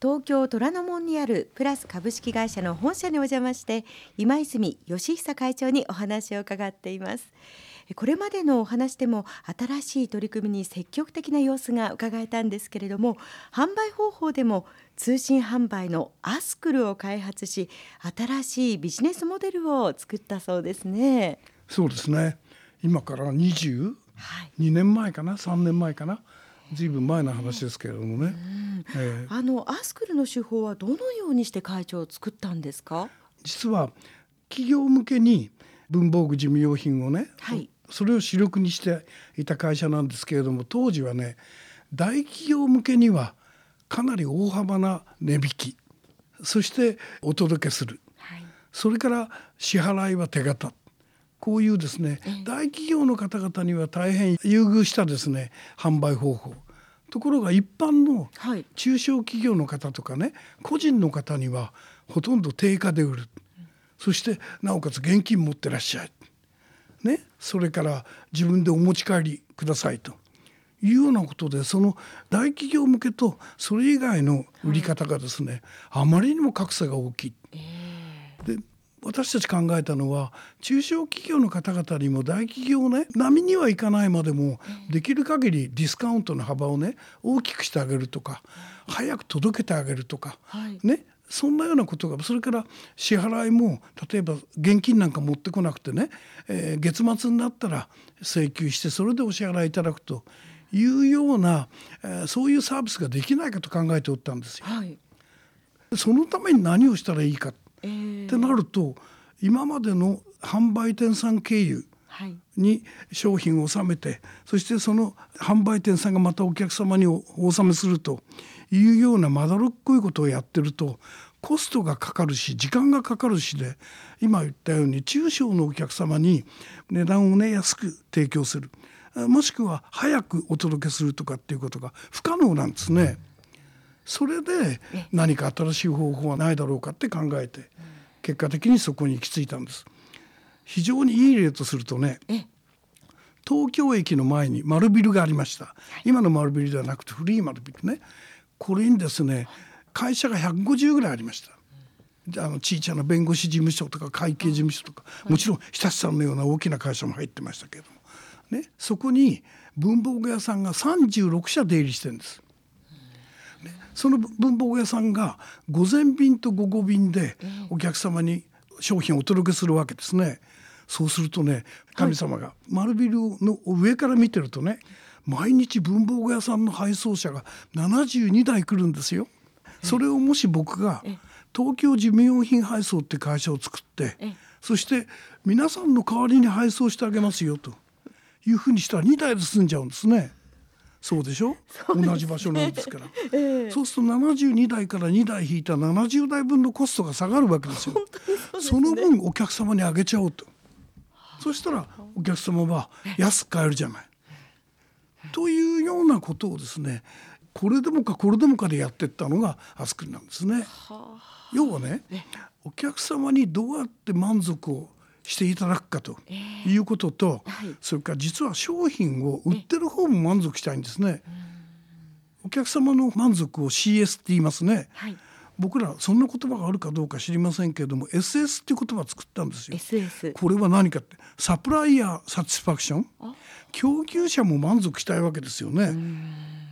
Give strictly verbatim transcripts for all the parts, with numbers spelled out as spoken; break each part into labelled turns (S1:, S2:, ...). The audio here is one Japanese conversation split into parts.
S1: 東京虎ノ門にあるプラス株式会社の本社にお邪魔して今泉義久会長にお話を伺っています。これまでのお話でも新しい取り組みに積極的な様子が伺えたんですけれども、販売方法でも通信販売のアスクルを開発し、新しいビジネスモデルを作ったそうですね。
S2: そうですね。今からにじゅうにねんまえかな、さんねんまえかな、ずいぶん前の話ですけれどもね、
S1: えー、あのアスクルの手法はどのようにして会長を作ったんですか？
S2: 実は企業向けに文房具事務用品をね、はい、それを主力にしていた会社なんですけれども、当時はね、大企業向けにはかなり大幅な値引き、そしてお届けする、はい、それから支払いは手形、こういうですね、えー、大企業の方々には大変優遇したですね販売方法。ところが一般の中小企業の方とかね、個人の方にはほとんど定価で売る、そしてなおかつ現金持ってらっしゃい、ね、それから自分でお持ち帰りくださいというようなことで、その大企業向けとそれ以外の売り方がですね、はい、あまりにも格差が大きい、えー、で私たち考えたのは、中小企業の方々にも大企業ね、波にはいかないまでもできる限りディスカウントの幅をね大きくしてあげるとか、早く届けてあげるとか、はいね、そんなようなことが、それから支払いも例えば現金なんか持ってこなくてね、えー、月末になったら請求してそれでお支払いいただくというような、えー、そういうサービスができないかと考えておったんですよ。はい、そのために何をしたらいいかえー、ってなると、今までの販売店さん経由に商品を納めて、そしてその販売店さんがまたお客様にお納めするというようなまだろっこいことをやってると、コストがかかるし時間がかかるしで、今言ったように中小のお客様に値段をね安く提供する、もしくは早くお届けするとかっていうことが不可能なんですね。それで何か新しい方法はないだろうかって考えて、結果的にそこに行き着いたんです。非常にいい例とするとね、東京駅の前に丸ビルがありました。今の丸ビルではなくて古い丸ビルね、これにですね会社がひゃくごじゅうぐらいありました。あの小さな弁護士事務所とか会計事務所とか、もちろん日立さんのような大きな会社も入ってましたけれども、ね、そこに文房具屋さんがさんじゅうろくしゃ出入りしてるんです。その文房具屋さんが午前便と午後便でお客様に商品をお届けするわけですね。そうするとね、神様が丸ビルの上から見てるとね、毎日文房具屋さんの配送車がななじゅうにだい来るんですよ。それをもし僕が東京事務用品配送って会社を作って、そして皆さんの代わりに配送してあげますよというふうにしたらにだいで済んじゃうんですね。そうでしょ、そうですね、同じ場所なんですから、えー、そうするとななじゅうにだいからにだい引いたななじゅうだいぶんのコストが下がるわけですよ。本当にそうですね。その分お客様にあげちゃおうと。そしたらお客様は安く買えるじゃないというようなことをですね、これでもかこれでもかでやっていったのがアスクルなんですね。要はね、お客様にどうやって満足をしていただくかということと、えーはい、それから実は商品を売ってる方も満足したいんですね。お客様の満足を シーエス って言いますね、はい、僕らそんな言葉があるかどうか知りませんけれども エスエス っていう言葉を作ったんですよ。 エスエス これは何かって、サプライヤーサティスファクション、供給者も満足したいわけですよね。うん、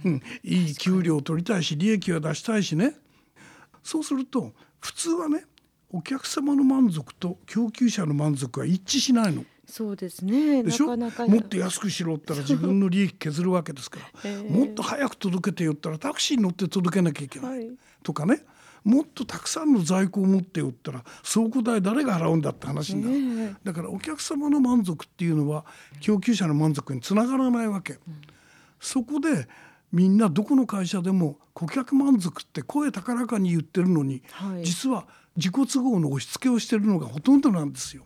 S2: うん、いい給料を取りたいし利益は出したいしね。そうすると普通はね、お客様の満足と供給者の満足は一致しないの。
S1: そうですね。
S2: でしょ、
S1: なかなか
S2: もっと安くしろって言ったら自分の利益削るわけですからもっと早く届けてよったらタクシーに乗って届けなきゃいけない、はい、とかね、もっとたくさんの在庫を持ってよったら倉庫代誰が払うんだって話になる。だからお客様の満足っていうのは供給者の満足につながらないわけ、うん、そこでみんなどこの会社でも顧客満足って声高らかに言ってるのに、はい、実は自己都合の押し付けをしてるのがほとんどなんですよ。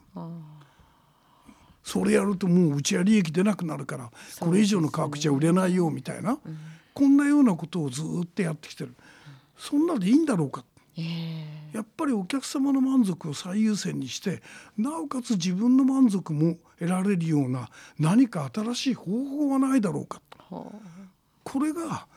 S2: それやるともううちは利益出なくなるからこれ以上の価格じゃ売れないよみたいな、うん、こんなようなことをずっとやってきてる。そんなでいいんだろうか、えー、やっぱりお客様の満足を最優先にしてなおかつ自分の満足も得られるような何か新しい方法はないだろうか、はあ、これが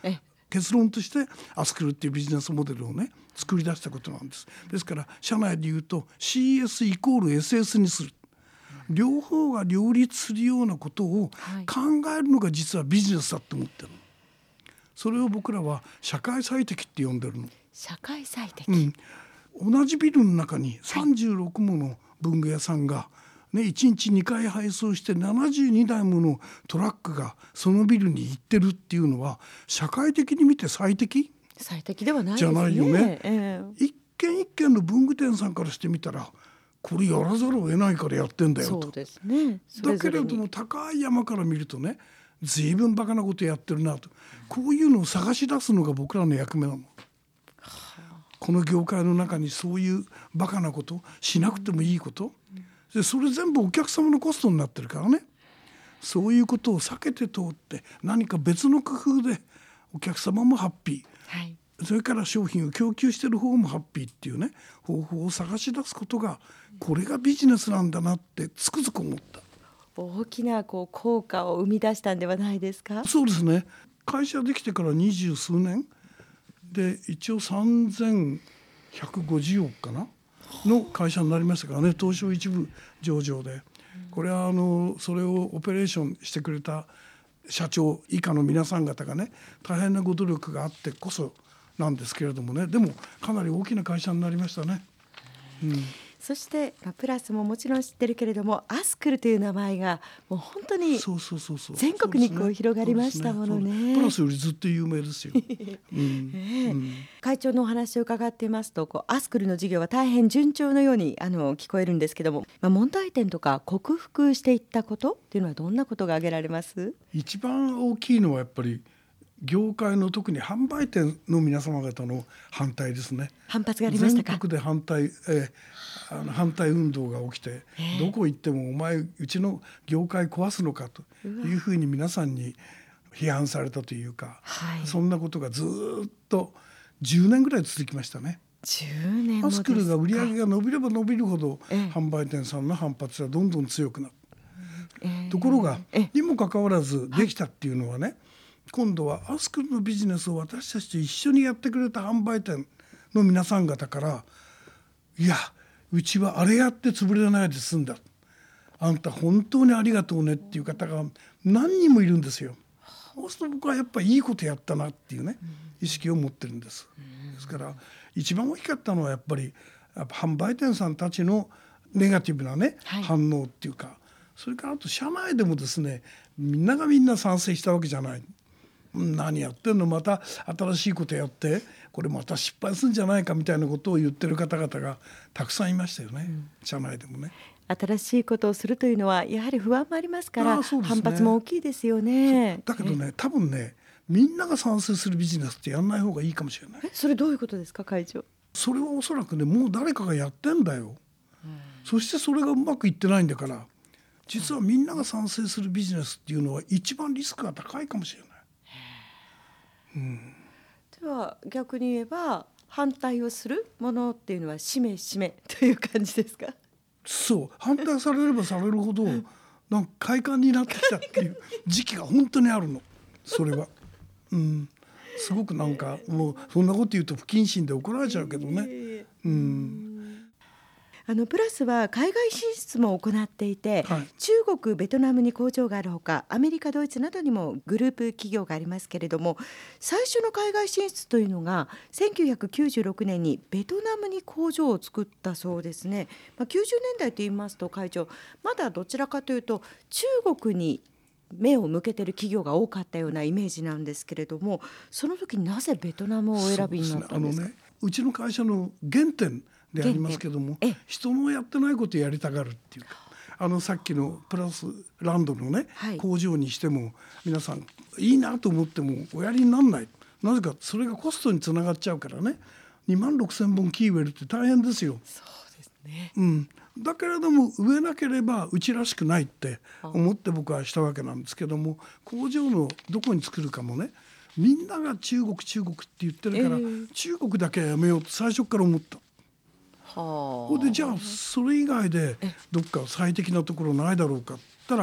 S2: 結論としてアスクルっていうビジネスモデルをね作り出したことなんです。ですから社内で言うと シーエス イコール エスエス にする、両方が両立するようなことを考えるのが実はビジネスだと思ってるの。それを僕らは社会最適って呼んでるの。
S1: 社会最適、
S2: うん、同じビルの中にさんじゅうろくもの文具屋さんが、ね、いちにちにかい配送してななじゅうにだいものトラックがそのビルに行ってるっていうのは社会的に見て最適
S1: 最適ではないですね。
S2: じゃないよね、
S1: えー、
S2: 一軒一軒の文具店さんからしてみたらこれやらざるを得ないからやってんだよと。
S1: そうですね。それぞれに
S2: だけれども高い山から見るとね随分バカなことやってるなと、こういうのを探し出すのが僕らの役目なの。この業界の中にそういうバカなことしなくてもいいこと、でそれ全部お客様のコストになってるからね、そういうことを避けて通って何か別の工夫でお客様もハッピー、はい、それから商品を供給している方もハッピーっていうね方法を探し出すことがこれがビジネスなんだなってつくづく思った。
S1: 大きなこう効果を生み出したんではないですか。
S2: そうですね。会社できてから二十数年で一応さんぜんひゃくごじゅうおくかなの会社になりましたからね、東証一部上場で。これはあのそれをオペレーションしてくれた社長以下の皆さん方がね大変なご努力があってこそなんですけれどもね、でもかなり大きな会社になりましたね。うん、
S1: そして、まあ、プラスももちろん知ってるけれどもアスクルという名前がもう本当に全国にこう広がりましたものね。
S2: プラスよりずっと有名ですよ、うん
S1: ねうん、会長のお話を伺っていますとこうアスクルの事業は大変順調のようにあの聞こえるんですけども、まあ、問題点とか克服していったことっていうのはどんなことが挙げられます？一
S2: 番大きいのはやっぱり業界の特に販売店の皆様方の反対ですね。
S1: 反発がありましたか？
S2: 全国で反対、えー、あの反対運動が起きて、えー、どこ行ってもお前うちの業界壊すのかというふうに皆さんに批判されたというか、はい、そんなことがずっとじゅうねんぐらい続きましたね。
S1: じゅうねんもですか？
S2: アスクルが売り上げが伸びれば伸びるほど、えー、販売店さんの反発はどんどん強くなる、えー、ところが、えー、にもかかわらずできたっていうのはね、はい、今度はアスクルのビジネスを私たちと一緒にやってくれた販売店の皆さん方からいやうちはあれやって潰れないで済んだ、あんた本当にありがとうねっていう方が何人もいるんですよ。そうすると僕はやっぱりいいことやったなっていうね意識を持ってるんです。ですから一番大きかったのはやっぱりやっぱ販売店さんたちのネガティブなね、はい、反応っていうか、それからあと社内でもですねみんながみんな賛成したわけじゃない。何やってんのまた新しいことやってこれまた失敗するんじゃないかみたいなことを言ってる方々がたくさんいましたよね、うん、社内でもね。
S1: 新しいことをするというのはやはり不安もありますから、ね、反発も大きいですよね。
S2: だけどね多分ねみんなが賛成するビジネスってやんない方がいいかもしれない。
S1: えそれどういうことですか会長？
S2: それはおそらくねもう誰かがやってんだよ、うん、そしてそれがうまくいってないんだから、実はみんなが賛成するビジネスっていうのは一番リスクが高いかもしれない。
S1: うん、では逆に言えば反対をするものっていうのはしめしめという感じですか？
S2: そう反対されればされるほどなんか快感になってきたっていう時期が本当にあるのそれは、うん、すごくなんかもうそんなこと言うと不謹慎で怒られちゃうけどね、うん
S1: あのプラスは海外進出も行っていて、はい、中国ベトナムに工場があるほかアメリカドイツなどにもグループ企業がありますけれども、最初の海外進出というのがせんきゅうひゃくきゅうじゅうろくねんにベトナムに工場を作ったそうですね。まあ、きゅうじゅうねんだいと言いますと会長まだどちらかというと中国に目を向けている企業が多かったようなイメージなんですけれども、その時になぜベトナムをお選びになったんですか？
S2: そうですね、あのね、うちの会社の原点でありますけども、人のやってないことをやりたがるっていうか、あのさっきのプラスランドのね、はい、工場にしても皆さんいいなと思ってもおやりにならない。なぜかそれがコストにつながっちゃうからね、にまんろくせんぼん木植えるって大変ですよ。
S1: そうですね、
S2: うん、だけれども植えなければうちらしくないって思って僕はしたわけなんですけども、工場のどこに作るかもねみんなが中国中国って言ってるから、えー、中国だけはやめようと最初から思った。ほでじゃあそれ以外でどっか最適なところないだろうかって言ったら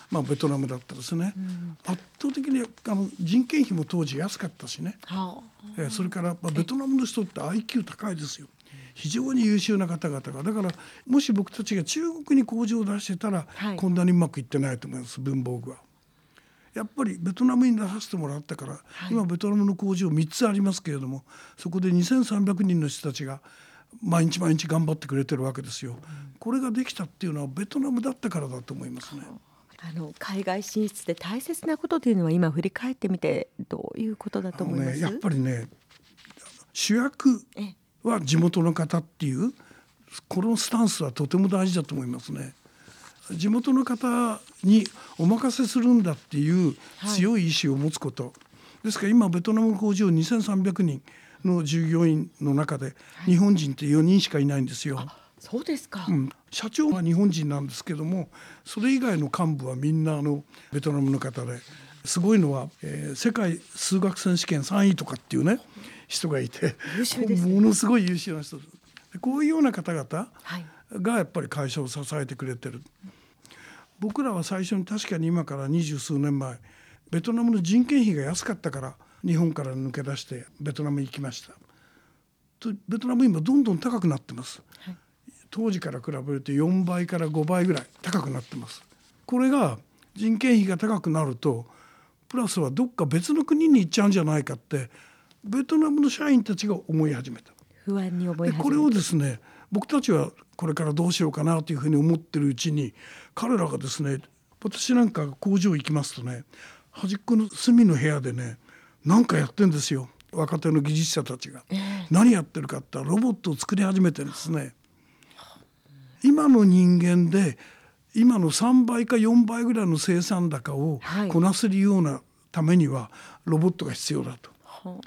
S2: まあ、ベトナムだったですね、うん、圧倒的にあの人件費も当時安かったしね、はあ、えー、それから、まあ、ベトナムの人って アイキュー 高いですよ。非常に優秀な方々が、だからもし僕たちが中国に工場を出してたら、はい、こんなにうまくいってないと思います。文房具はやっぱりベトナムに出させてもらったから、はい、今ベトナムの工場みっつありますけれども、そこでにせんさんびゃくにんの人たちが毎日毎日頑張ってくれてるわけですよ、うん、これができたっていうのはベトナムだったからだと思いますね。
S1: あの海外進出で大切なことというのは今振り返ってみてどういうことだと思います？
S2: ね、やっぱりね、主役は地元の方っていうこのスタンスはとても大事だと思いますね。地元の方にお任せするんだっていう強い意志を持つこと、はい、ですから今ベトナム工場にせんさんびゃくにんの従業員の中で日本人ってよにんしかいないんですよ、はい、
S1: そうですか、
S2: うん、社長は日本人なんですけども、それ以外の幹部はみんなあのベトナムの方で、すごいのは、えー、世界数学選手権さんいとかっていうね人がいて、
S1: 優秀ですね、
S2: ものすごい優秀な人で、こういうような方々がやっぱり会社を支えてくれてる。僕らは最初に確かに今から二十数年前、ベトナムの人件費が安かったから日本から抜け出してベトナムに行きました。とベトナム今どんどん高くなってます、はい、当時から比べるとよんばいからごばいぐらい高くなってます。これが人件費が高くなるとプラスはどっか別の国に行っちゃうんじゃないかってベトナムの社員たちが思い始めた。
S1: 不安に思い始めた。
S2: でこれをですね、僕たちはこれからどうしようかなというふうに思ってるうちに、彼らがですね、私なんか工場行きますとね、端っこの隅の部屋でね何かやってんですよ。若手の技術者たちが、えー、何やってるかってロボットを作り始めてるんですね。今の人間で今のさんばいかよんばいぐらいの生産高をこなせるようなためにはロボットが必要だと、はい、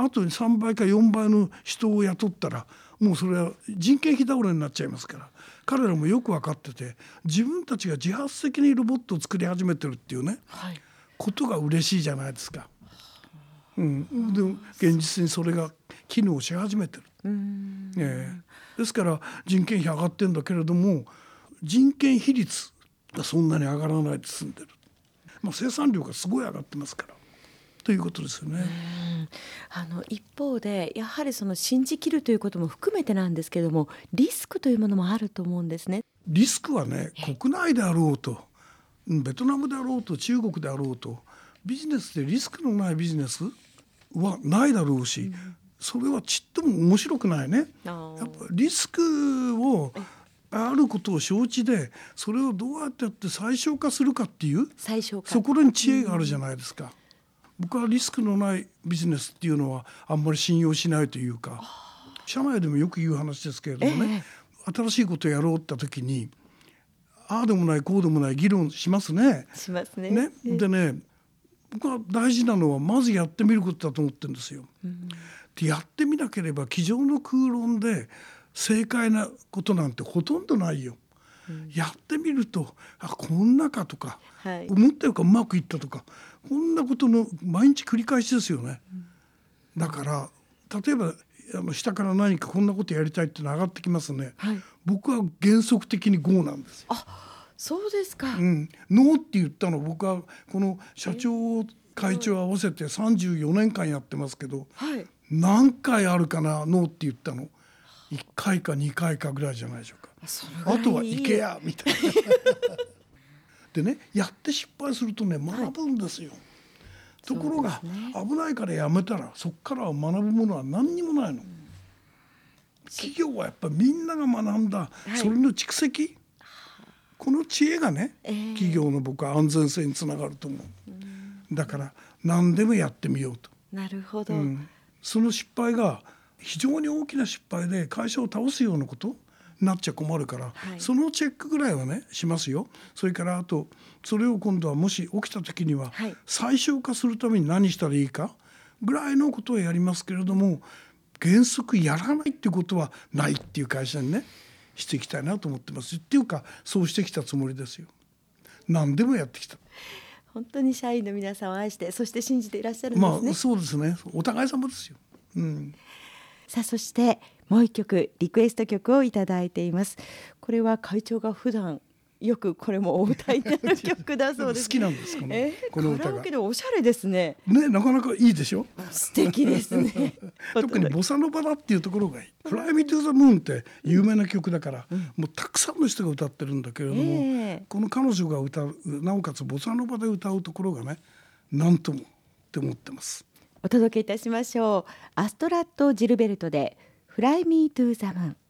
S2: あとさんばいかよんばいの人を雇ったらもうそれは人件費倒れになっちゃいますから、彼らもよく分かってて、自分たちが自発的にロボットを作り始めてるっていうね、はい、ことが嬉しいじゃないですか。うん、でも現実にそれが機能し始めてる。うん、えー、ですから人件費上がってるんだけれども人件比率がそんなに上がらないで済んでる、まあ、生産量がすごい上がってますからということですよね。
S1: あの一方でやはりその信じきるということも含めてなんですけれども、リスクというものもあると思うんですね。
S2: リスクはね、国内であろうとベトナムであろうと中国であろうとビジネスでリスクのないビジネスはないだろうし、うん、それはちっとも面白くないね。やっぱリスクをあることを承知でそれをどうやってやって最小化するかっていう
S1: 最小化、
S2: そこに知恵があるじゃないですか、うん、僕はリスクのないビジネスっていうのはあんまり信用しないというか、社内でもよく言う話ですけれどもね、えー、新しいことをやろうって時にああでもないこうでもない議論しますね。
S1: しますね。
S2: ね、でね、僕は大事なのはまずやってみることだと思ってるんですよ、うん、でやってみなければ机上の空論で正解なことなんてほとんどないよ、うん、やってみるとあこんなかとか、はい、思ったよりうまくいったとかこんなことの毎日繰り返しですよね、うん、だから例えばあの下から何かこんなことやりたいっての上がってきますね、はい、僕は原則的に ゴー なんですよ。
S1: あそうですか、
S2: うん、ノーって言ったの僕はこの社長会長合わせてさんじゅうよねんかんやってますけど、はい、何回あるかなノーって言ったのいっかいかにかいかぐらいじゃないでしょうか。 あ, あとは行けやみたいなでね、やって失敗するとね学ぶんですよ、はい、ところが、ね、危ないからやめたらそこからは学ぶものは何にもないの、うん、企業はやっぱりみんなが学んだ、はい、それの蓄積、この知恵がね、えー、企業の僕は安全性につながると思う、うん、だから何でもやってみようと。
S1: なるほど、
S2: うん、その失敗が非常に大きな失敗で会社を倒すようなことになっちゃ困るから、はい、そのチェックぐらいはねしますよ。それからあとそれを今度はもし起きた時には、はい、最小化するために何したらいいかぐらいのことをやりますけれども、原則やらないっていうことはないっていう会社にねしていきたいなと思ってます。っていうかそうしてきたつもりですよ。何でもやってきた。
S1: 本当に社員の皆さんを愛してそして信じていらっしゃるんですね。
S2: まあそうですね、お互い様ですよ、うん、
S1: さあそしてもう一曲リクエスト曲をいただいています。これは会長が普段よくこれもお歌いになる曲だそうです。
S2: 好きなんですこの、
S1: えー、
S2: この歌が
S1: カラオケでおしゃれですね。
S2: ね、なかなかいいでしょ。
S1: 素敵ですね。
S2: 特にボサノバだっていうところがいい。Fly Me to the Moon って有名な曲だから、うん、もうたくさんの人が歌ってるんだけれども、えー、この彼女が歌う、なおかつボサノバで歌うところがね、なんともって思ってます。
S1: お届けいたしましょう。アストラッド・ジルベルトで Fly Me to the Moon。